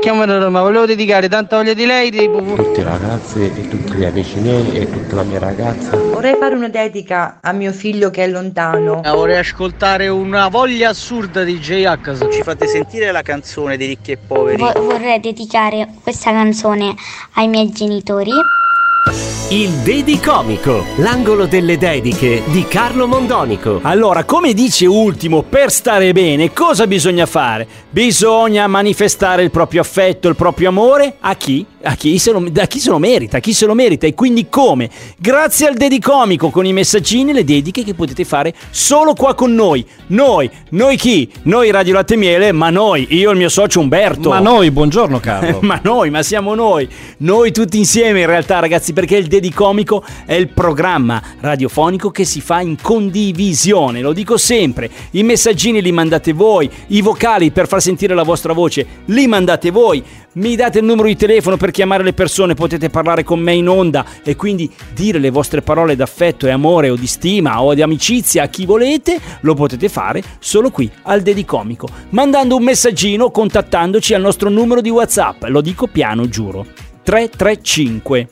chiamo da Roma, volevo dedicare tanta voglia di lei tutte le ragazze e tutti gli amici miei e tutta la mia ragazza. Vorrei fare una dedica a mio figlio che è lontano. Vorrei ascoltare una voglia assurda di J-H. Ci fate sentire la canzone dei Ricchi e Poveri? Vorrei dedicare questa canzone ai miei genitori. Il Dedicomico, l'angolo delle dediche di Carlo Mondonico. Allora, come dice Ultimo, per stare bene cosa bisogna fare? Bisogna manifestare il proprio affetto, il proprio amore a chi? Da chi se lo merita, e quindi come? Grazie al Dedicomico, con i messaggini e le dediche che potete fare solo qua con noi. Noi chi? Noi Radio Latte e Miele, ma noi, io e il mio socio Umberto. Ma noi, buongiorno Carlo. ma siamo noi tutti insieme in realtà, ragazzi, perché il Dedicomico è il programma radiofonico che si fa in condivisione, lo dico sempre. I messaggini li mandate voi, i vocali per far sentire la vostra voce li mandate voi, mi date il numero di telefono per chiamare le persone, potete parlare con me in onda e quindi dire le vostre parole d'affetto e amore o di stima o di amicizia a chi volete. Lo potete fare solo qui al Dedicomico, mandando un messaggino, contattandoci al nostro numero di WhatsApp, lo dico piano, giuro, 335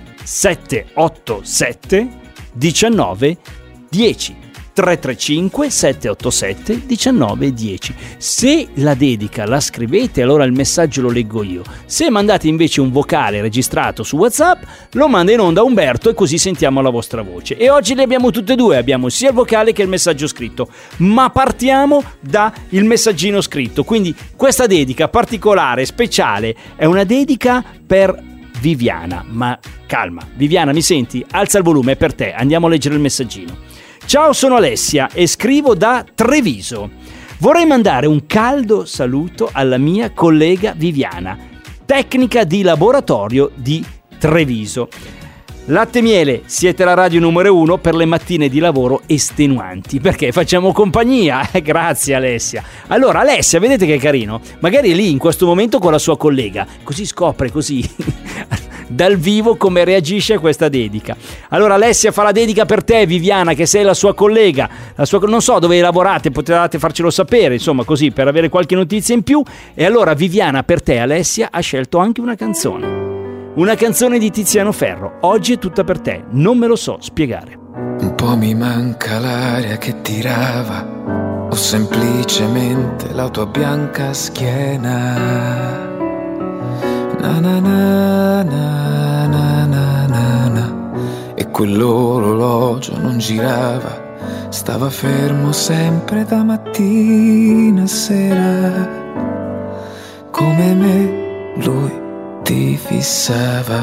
787 19 10. 335 787 19 10. Se la dedica la scrivete, allora il messaggio lo leggo io. Se mandate invece un vocale registrato su WhatsApp, lo manda in onda Umberto e così sentiamo la vostra voce. E oggi le abbiamo tutte e due, abbiamo sia il vocale che il messaggio scritto. Ma partiamo da il messaggino scritto. Quindi questa dedica particolare, speciale, è una dedica per Viviana. Ma calma, Viviana, mi senti? Alza il volume, è per te. Andiamo a leggere il messaggino. Ciao, sono Alessia e scrivo da Treviso. Vorrei mandare un caldo saluto alla mia collega Viviana, tecnica di laboratorio di Treviso. Latte e Miele, siete la radio numero 1 per le mattine di lavoro estenuanti, perché facciamo compagnia. Grazie Alessia. Allora Alessia, vedete che carino? Magari è lì in questo momento con la sua collega, così scopre così dal vivo come reagisce a questa dedica. Allora Alessia fa la dedica per te, Viviana, che sei la sua collega, non so dove lavorate, potete farcelo sapere, insomma, così per avere qualche notizia in più. E allora Viviana, per te Alessia ha scelto anche una canzone di Tiziano Ferro. Oggi è tutta per te, non me lo so spiegare. Un po' mi manca l'aria che tirava, o semplicemente la tua bianca schiena. Na na na na na na na na. E quell'orologio non girava, stava fermo sempre da mattina a sera. Come me lui ti fissava.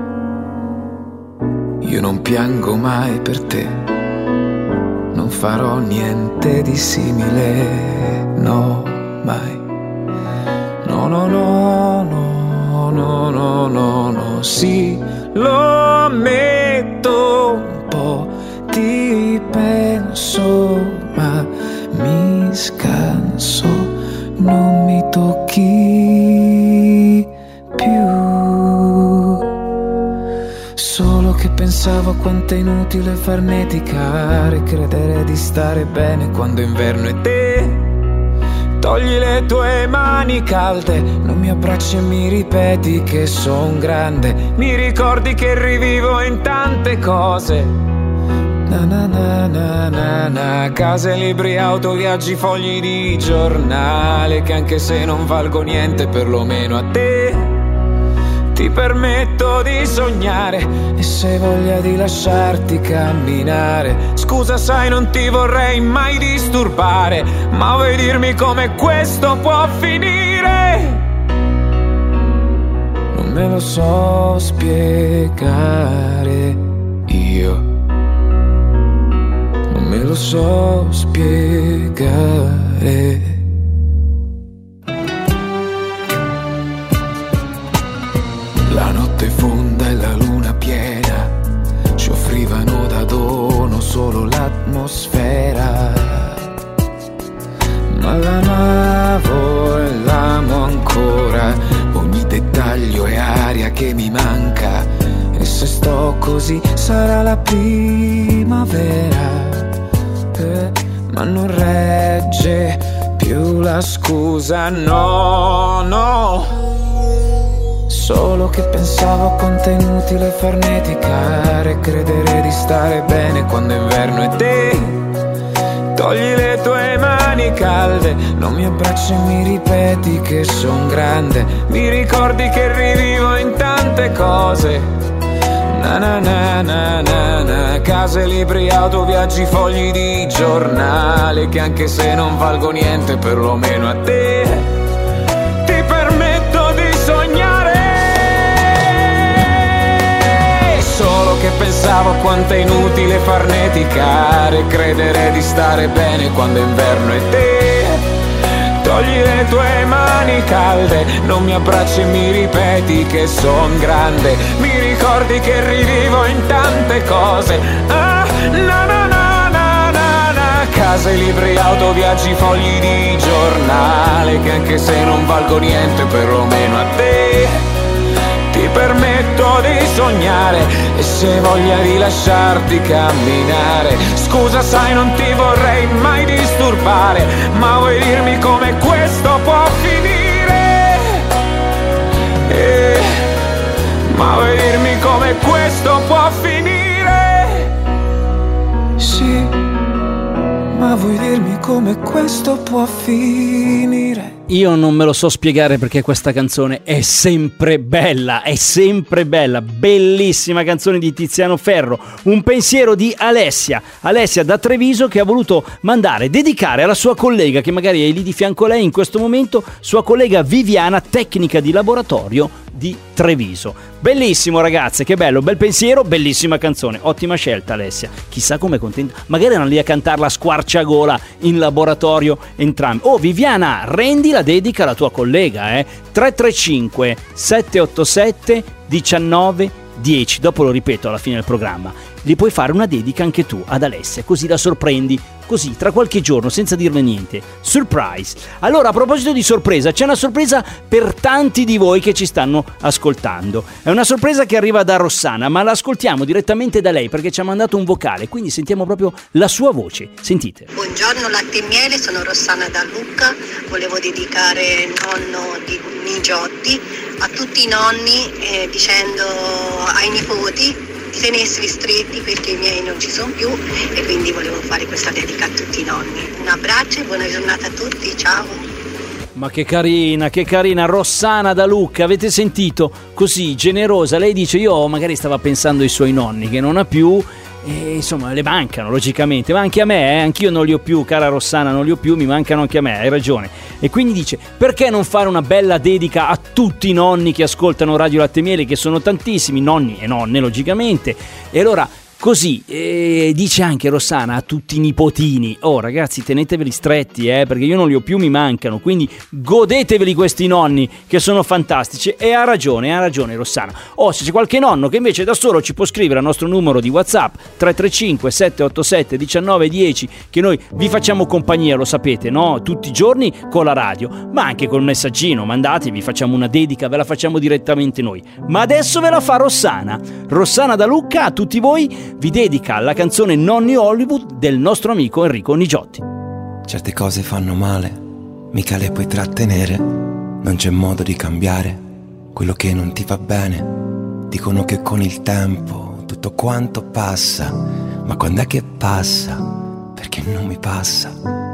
Io non piango mai per te, non farò niente di simile, no, mai. No, no, no, no, no, no, no, no, sì, lo ammetto, un po' ti penso, ma mi scanso, non mi tocchi più. Solo che pensavo quanto è inutile farneticare, credere di stare bene quando inverno è te. Togli le tue mani calde, non mi abbracci e mi ripeti che son grande. Mi ricordi che rivivo in tante cose. Na na na na na na. Case, libri, auto, viaggi, fogli di giornale, che anche se non valgo niente perlomeno a te ti permetto di sognare. E se hai voglia di lasciarti camminare, scusa sai non ti vorrei mai disturbare, ma vuoi dirmi come questo può finire? Non me lo so spiegare io, non me lo so spiegare. La notte fonda e la luna piena ci offrivano da dono solo l'atmosfera, ma l'amavo e l'amo ancora, ogni dettaglio è aria che mi manca, e se sto così sarà la primavera, ma non regge più la scusa, no, no. Solo che pensavo a quanto è inutile farneticare, credere di stare bene quando è inverno e te togli le tue mani calde, non mi abbracci e mi ripeti che son grande, mi ricordi che rivivo in tante cose. Na na na na na na, case, libri, auto, viaggi, fogli di giornale, che anche se non valgo niente perlomeno a te ti permetto di sognare. Solo che pensavo quanto è inutile farneticare, credere di stare bene quando è inverno e te togli le tue mani calde, non mi abbracci e mi ripeti che son grande, mi ricordi che rivivo in tante cose. Ah, na na na na na na, case, libri, auto, viaggi, fogli di giornale, che anche se non valgo niente perlomeno a te ti permetto di sognare, e se voglia di lasciarti camminare. Scusa, sai, non ti vorrei mai disturbare, ma vuoi dirmi come questo può finire? Ma vuoi dirmi come questo può finire? Sì, ma vuoi dirmi come questo può finire? Io non me lo so spiegare perché questa canzone è sempre bella, bellissima canzone di Tiziano Ferro. Un pensiero di Alessia da Treviso, che ha voluto dedicare alla sua collega, che magari è lì di fianco a lei in questo momento, sua collega Viviana, tecnica di laboratorio di Treviso. Bellissimo, ragazze, che bello, bel pensiero, bellissima canzone, ottima scelta Alessia, chissà com'è contenta, magari erano lì a cantarla a squarciagola in laboratorio entrambi. Oh Viviana, rendi la dedica alla tua collega, 335 787 19 10, dopo lo ripeto alla fine del programma, gli puoi fare una dedica anche tu ad Alessia, così la sorprendi, così tra qualche giorno, senza dirle niente. Surprise! Allora, a proposito di sorpresa, c'è una sorpresa per tanti di voi che ci stanno ascoltando. È una sorpresa che arriva da Rossana, ma la ascoltiamo direttamente da lei perché ci ha mandato un vocale, quindi sentiamo proprio la sua voce. Sentite. Buongiorno Latte e Miele, sono Rossana da Lucca, volevo dedicare nonno di Nigiotti a tutti i nonni, dicendo ai nipoti di tenerseli stretti perché i miei non ci sono più, e quindi volevo fare questa dedica a tutti i nonni. Un abbraccio e buona giornata a tutti, ciao! Ma che carina Rossana da Lucca, avete sentito? Così generosa, lei dice io magari stava pensando ai suoi nonni che non ha più, e insomma le mancano logicamente, ma anche a me, anch'io non li ho più, cara Rossana, non li ho più, mi mancano anche a me, hai ragione. E quindi dice, perché non fare una bella dedica a tutti i nonni che ascoltano Radio Latte e Miele, che sono tantissimi, nonni e nonne logicamente, e allora così dice anche Rossana a tutti i nipotini, oh ragazzi teneteveli stretti perché io non li ho più, mi mancano, quindi godeteveli questi nonni che sono fantastici. E ha ragione Rossana. Se c'è qualche nonno che invece da solo ci può scrivere al nostro numero di WhatsApp 335 787 1910, che noi vi facciamo compagnia, lo sapete, no? Tutti i giorni con la radio, ma anche col messaggino, mandate, vi facciamo una dedica, ve la facciamo direttamente noi. Ma adesso ve la fa Rossana da Lucca, a tutti voi vi dedica la canzone Nonni Hollywood del nostro amico Enrico Nigiotti. Certe cose fanno male, mica le puoi trattenere, non c'è modo di cambiare quello che non ti va bene. Dicono che con il tempo tutto quanto passa, ma quando è che passa? Perché non mi passa.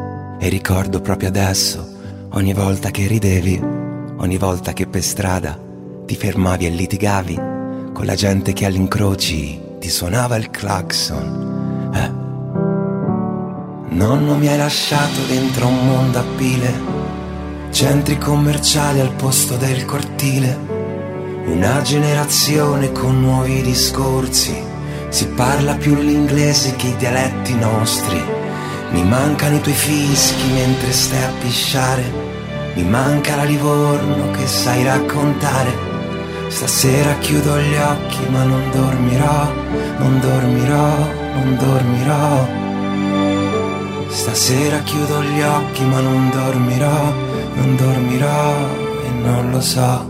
E ricordo proprio adesso, ogni volta che ridevi, ogni volta che per strada ti fermavi e litigavi con la gente che agli incroci ti suonava il clacson. Nonno, mi hai lasciato dentro un mondo a pile, centri commerciali al posto del cortile, una generazione con nuovi discorsi, si parla più l'inglese che i dialetti nostri. Mi mancano i tuoi fischi mentre stai a pisciare, mi manca la Livorno che sai raccontare. Stasera chiudo gli occhi ma non dormirò, non dormirò, non dormirò. Stasera chiudo gli occhi ma non dormirò, non dormirò e non lo so.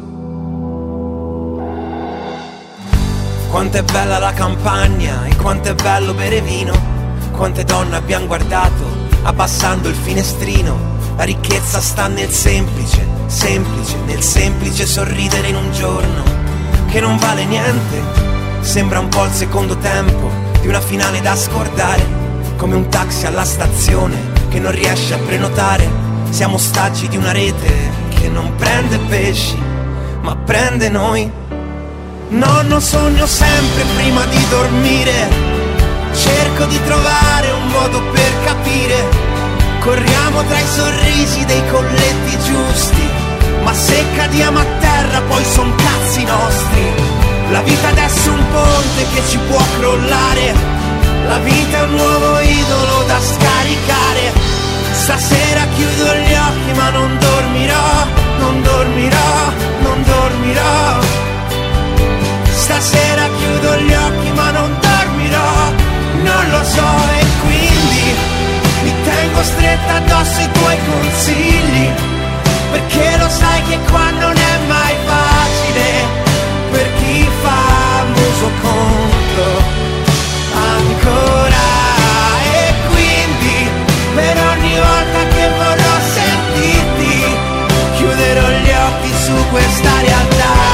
Quanto è bella la campagna e quanto è bello bere vino, quante donne abbiamo guardato abbassando il finestrino. La ricchezza sta nel semplice, semplice, nel semplice sorridere in un giorno, che non vale niente. Sembra un po' il secondo tempo di una finale da scordare, come un taxi alla stazione che non riesce a prenotare. Siamo ostaggi di una rete che non prende pesci, ma prende noi. Nonno, sogno sempre prima di dormire, cerco di trovare un modo per capire. Corriamo tra i sorrisi dei colletti giusti, ma se cadiamo a terra poi son cazzi nostri. La vita adesso è un ponte che ci può crollare, la vita è un nuovo idolo da scaricare. Stasera chiudo gli occhi ma non dormirò, non dormirò, non dormirò. Stasera chiudo gli occhi ma non dormirò, non lo so, e quindi mi tengo stretta addosso i tuoi consigli, perché lo sai che qua non è mai facile per chi fa muso contro ancora. E quindi per ogni volta che vorrò sentirti chiuderò gli occhi su questa realtà.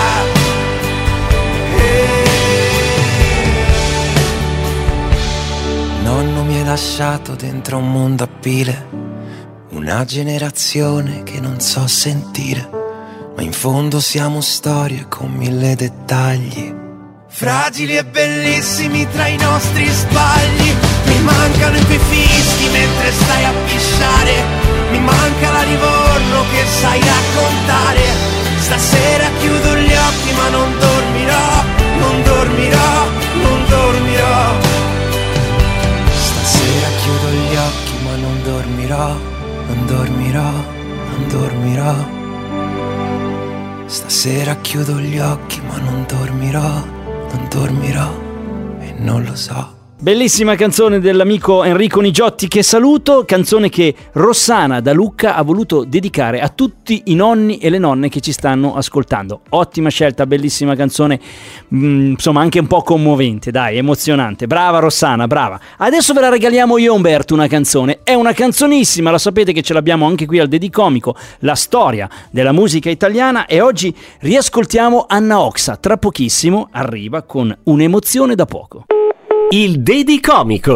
Nonno mi hai lasciato dentro un mondo a pile, una generazione che non so sentire, ma in fondo siamo storie con 1000 dettagli, fragili e bellissimi tra i nostri sbagli. Mi mancano i tuoi fischi mentre stai a pisciare, mi manca la Livorno che sai raccontare. Stasera chiudo gli occhi ma non dormirò, non dormirò, non dormirò. Stasera chiudo gli occhi ma non dormirò, non dormirò, non dormirò. Stasera chiudo gli occhi ma non dormirò, non dormirò e non lo so. Bellissima canzone dell'amico Enrico Nigiotti, che saluto, canzone che Rossana da Lucca ha voluto dedicare a tutti i nonni e le nonne che ci stanno ascoltando. Ottima scelta, bellissima canzone, insomma anche un po' commovente, dai, emozionante. Brava Rossana, brava. Adesso ve la regaliamo io, Umberto, una canzone. È una canzonissima, la sapete che ce l'abbiamo anche qui al Dedicomico, la storia della musica italiana, e oggi riascoltiamo Anna Oxa. Tra pochissimo arriva con un'emozione da poco. Il Dedicomico.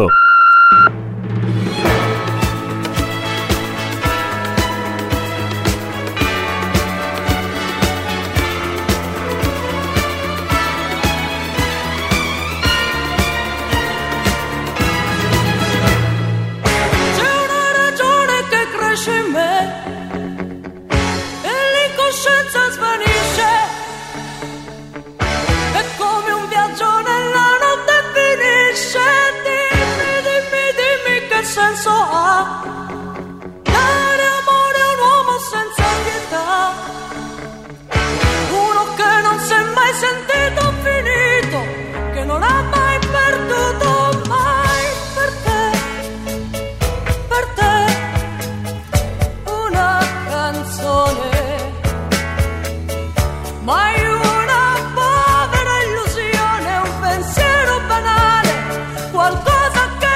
Senso ha dare amore a un uomo senza pietà, uno che non si è mai sentito finito, che non ha mai perduto mai per te una canzone, mai una povera illusione, un pensiero banale, qualcosa che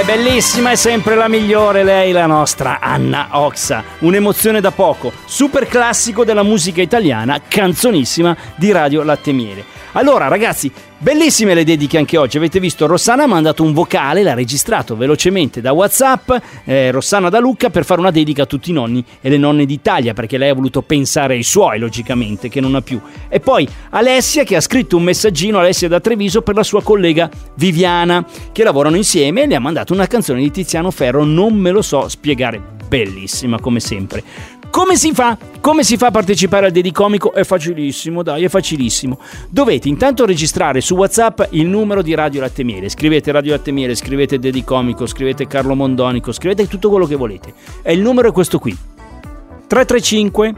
bellissima, è sempre la migliore lei, la nostra Anna Oxa. Un'emozione da poco, super classico della musica italiana, canzonissima di Radio Latte Miele. Allora ragazzi, bellissime le dediche anche oggi. Avete visto, Rossana ha mandato un vocale, l'ha registrato velocemente da WhatsApp, Rossana da Lucca, per fare una dedica a tutti i nonni e le nonne d'Italia, perché lei ha voluto pensare ai suoi, logicamente, che non ha più. E poi Alessia, che ha scritto un messaggino, Alessia da Treviso, per la sua collega Viviana, che lavorano insieme, e le ha mandato una canzone di Tiziano Ferro, non me lo so spiegare, bellissima come sempre. Come si fa? Come si fa a partecipare al Dedicomico? È facilissimo, dai, è facilissimo. Dovete intanto registrare su WhatsApp il numero di Radio Latte Miele. Scrivete Radio Latte Miele, scrivete Dedicomico, scrivete Carlo Mondonico, scrivete tutto quello che volete. E il numero è questo qui: 335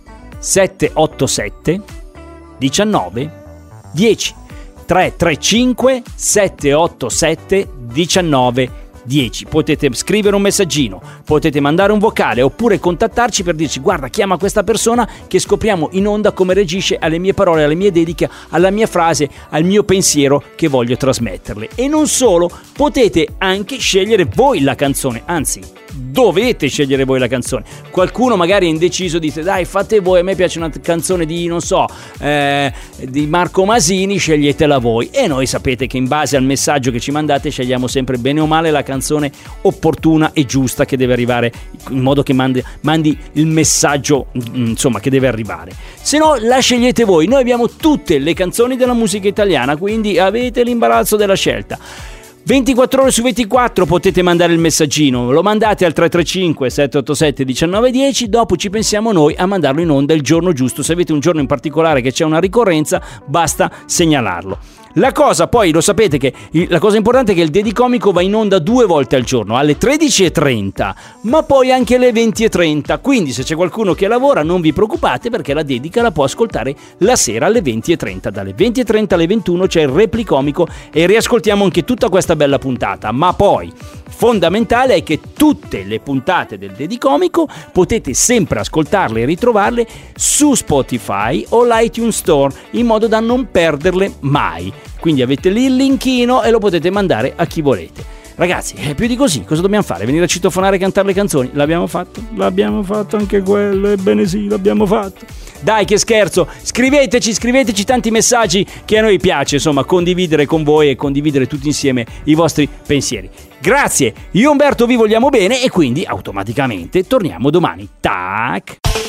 787 19 10. 335 787 19 10. Potete scrivere un messaggino, potete mandare un vocale, oppure contattarci per dirci: guarda, chiama questa persona, che scopriamo in onda come reagisce alle mie parole, alle mie dediche, alla mia frase, al mio pensiero che voglio trasmetterle. E non solo, potete anche scegliere voi la canzone, anzi dovete scegliere voi la canzone. Qualcuno magari è indeciso, dite: dai, fate voi, a me piace una canzone di, non so, di Marco Masini, sceglietela voi. E noi sapete che in base al messaggio che ci mandate scegliamo sempre bene o male la canzone opportuna e giusta, che deve arrivare, in modo che mandi il messaggio, insomma, che deve arrivare. Se no la scegliete voi. Noi abbiamo tutte le canzoni della musica italiana, quindi avete l'imbarazzo della scelta. 24 ore su 24 potete mandare il messaggino, lo mandate al 335 787 1910, dopo ci pensiamo noi a mandarlo in onda il giorno giusto. Se avete un giorno in particolare che c'è una ricorrenza, basta segnalarlo. La cosa, poi lo sapete, che la cosa importante è che il Dedicomico va in onda 2 volte al giorno, alle 13:30, ma poi anche alle 20:30. Quindi se c'è qualcuno che lavora, non vi preoccupate, perché la dedica la può ascoltare la sera alle 20:30. Dalle 20:30 alle 21 c'è il Replicomico e riascoltiamo anche tutta questa bella puntata. Ma poi fondamentale è che tutte le puntate del Dedicomico potete sempre ascoltarle e ritrovarle su Spotify o l'iTunes Store, in modo da non perderle mai. Quindi avete lì il linkino e lo potete mandare a chi volete. Ragazzi, più di così, cosa dobbiamo fare? Venire a citofonare e cantare le canzoni? L'abbiamo fatto? L'abbiamo fatto anche quello, ebbene sì, l'abbiamo fatto. Dai, che scherzo, scriveteci tanti messaggi, che a noi piace, insomma, condividere con voi e condividere tutti insieme i vostri pensieri. Grazie, io e Umberto vi vogliamo bene, e quindi automaticamente torniamo domani. Tac!